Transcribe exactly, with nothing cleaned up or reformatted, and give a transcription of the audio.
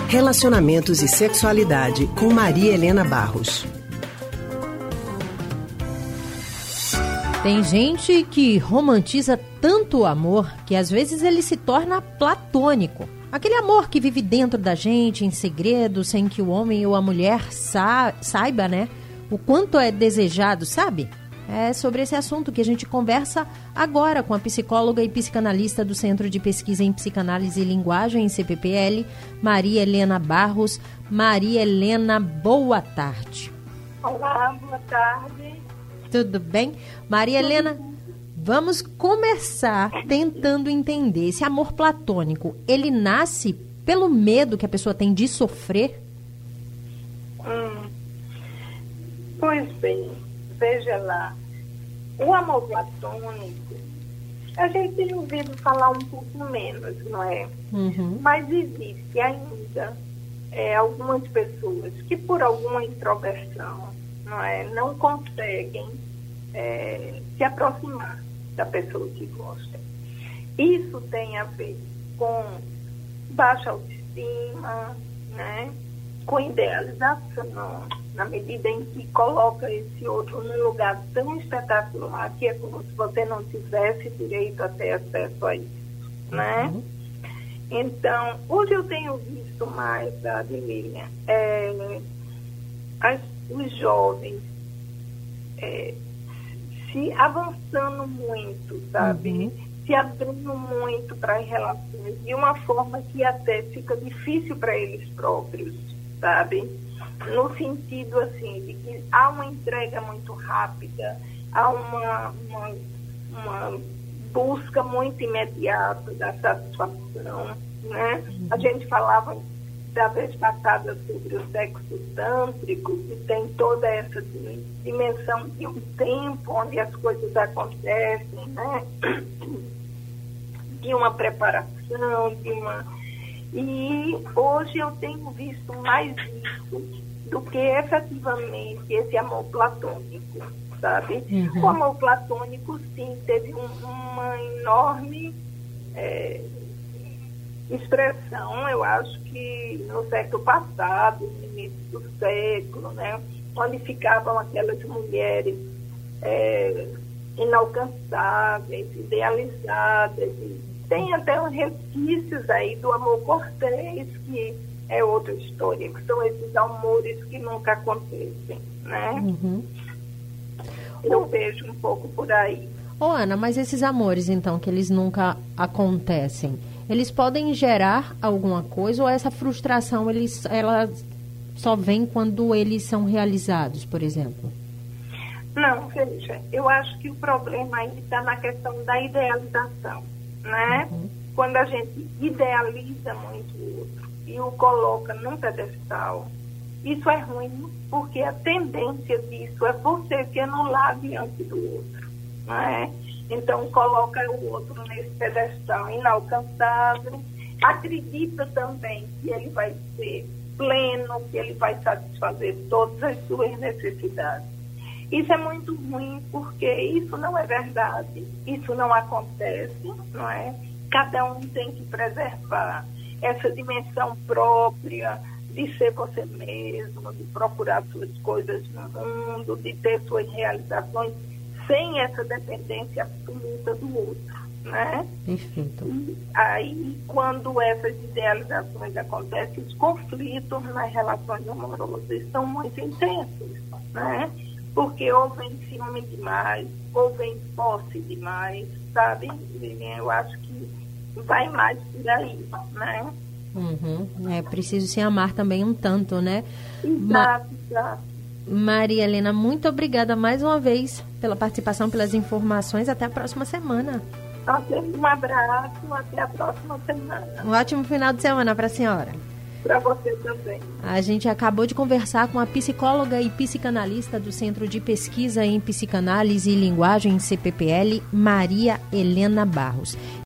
Relacionamentos e Sexualidade, com Maria Helena Barros. Tem gente que romantiza tanto o amor que às vezes ele se torna platônico. Aquele amor que vive dentro da gente, em segredo, sem que o homem ou a mulher sa- saiba, né, o quanto é desejado, sabe? É sobre esse assunto que a gente conversa agora com a psicóloga e psicanalista do Centro de Pesquisa em Psicanálise e Linguagem, C P P L, Maria Helena Barros. Maria Helena, boa tarde. Olá, boa tarde. Tudo bem? Maria Helena, vamos começar tentando entender. Esse amor platônico, ele nasce pelo medo que a pessoa tem de sofrer? Hum. Pois bem, veja lá. O amor platônico, a gente tem ouvido falar um pouco menos, não é? Uhum. Mas existe ainda é, algumas pessoas que, por alguma introversão, não é, não conseguem é, se aproximar da pessoa que gosta. Isso tem a ver com baixa autoestima, né? Com idealização, na medida em que coloca esse outro num lugar tão espetacular que é como se você não tivesse direito a ter acesso a isso, né? Uhum. Então, hoje eu tenho visto mais, sabe, Lilian, é, as, os jovens é, se avançando muito, sabe? Uhum. Se abrindo muito para as relações de uma forma que até fica difícil para eles próprios, sabe? No sentido, assim, de que há uma entrega muito rápida, há uma, uma, uma busca muito imediata da satisfação, né? A gente falava da vez passada sobre o sexo tântrico, que tem toda essa dimensão de um tempo onde as coisas acontecem, né? De uma preparação, de uma... E hoje eu tenho visto mais isso do que efetivamente esse amor platônico, sabe? Uhum. O amor platônico, sim, teve um, uma enorme é, expressão, eu acho que no século passado, no início do século, né? Onde ficavam aquelas mulheres é, inalcançáveis, idealizadas, e tem até uns resquícios aí do amor cortês, que é outra história, que são esses amores que nunca acontecem, né? Uhum. Eu vejo um pouco por aí. Ô, Ana, mas esses amores, então, que eles nunca acontecem, eles podem gerar alguma coisa ou essa frustração, eles, ela só vem quando eles são realizados, por exemplo? Não, veja, eu acho que o problema aí está na questão da idealização, né? Uhum. Quando a gente idealiza muito o outro e o coloca num pedestal, isso é ruim, porque a tendência disso é você se anular diante do outro, não é? Então, coloca o outro nesse pedestal inalcançável, acredita também que ele vai ser pleno, que ele vai satisfazer todas as suas necessidades. Isso é muito ruim, porque isso não é verdade, isso não acontece, não é? Cada um tem que preservar essa dimensão própria de ser você mesmo, de procurar suas coisas no mundo, de ter suas realizações, sem essa dependência absoluta do outro, né? Perfeito. E aí, quando essas idealizações acontecem, os conflitos nas relações amorosas são muito intensos, né? Porque ou vem ciúme demais, ou vem posse demais, sabe? Eu acho que vai mais por aí, né? Uhum. É preciso se amar também um tanto, né? Exato, Ma- exato. Maria Helena, muito obrigada mais uma vez pela participação, pelas informações. Até a próxima semana. Um abraço, até a próxima semana. Um ótimo final de semana para a senhora. Para você também. A gente acabou de conversar com a psicóloga e psicanalista do Centro de Pesquisa em Psicanálise e Linguagem, C P P L, Maria Helena Barros.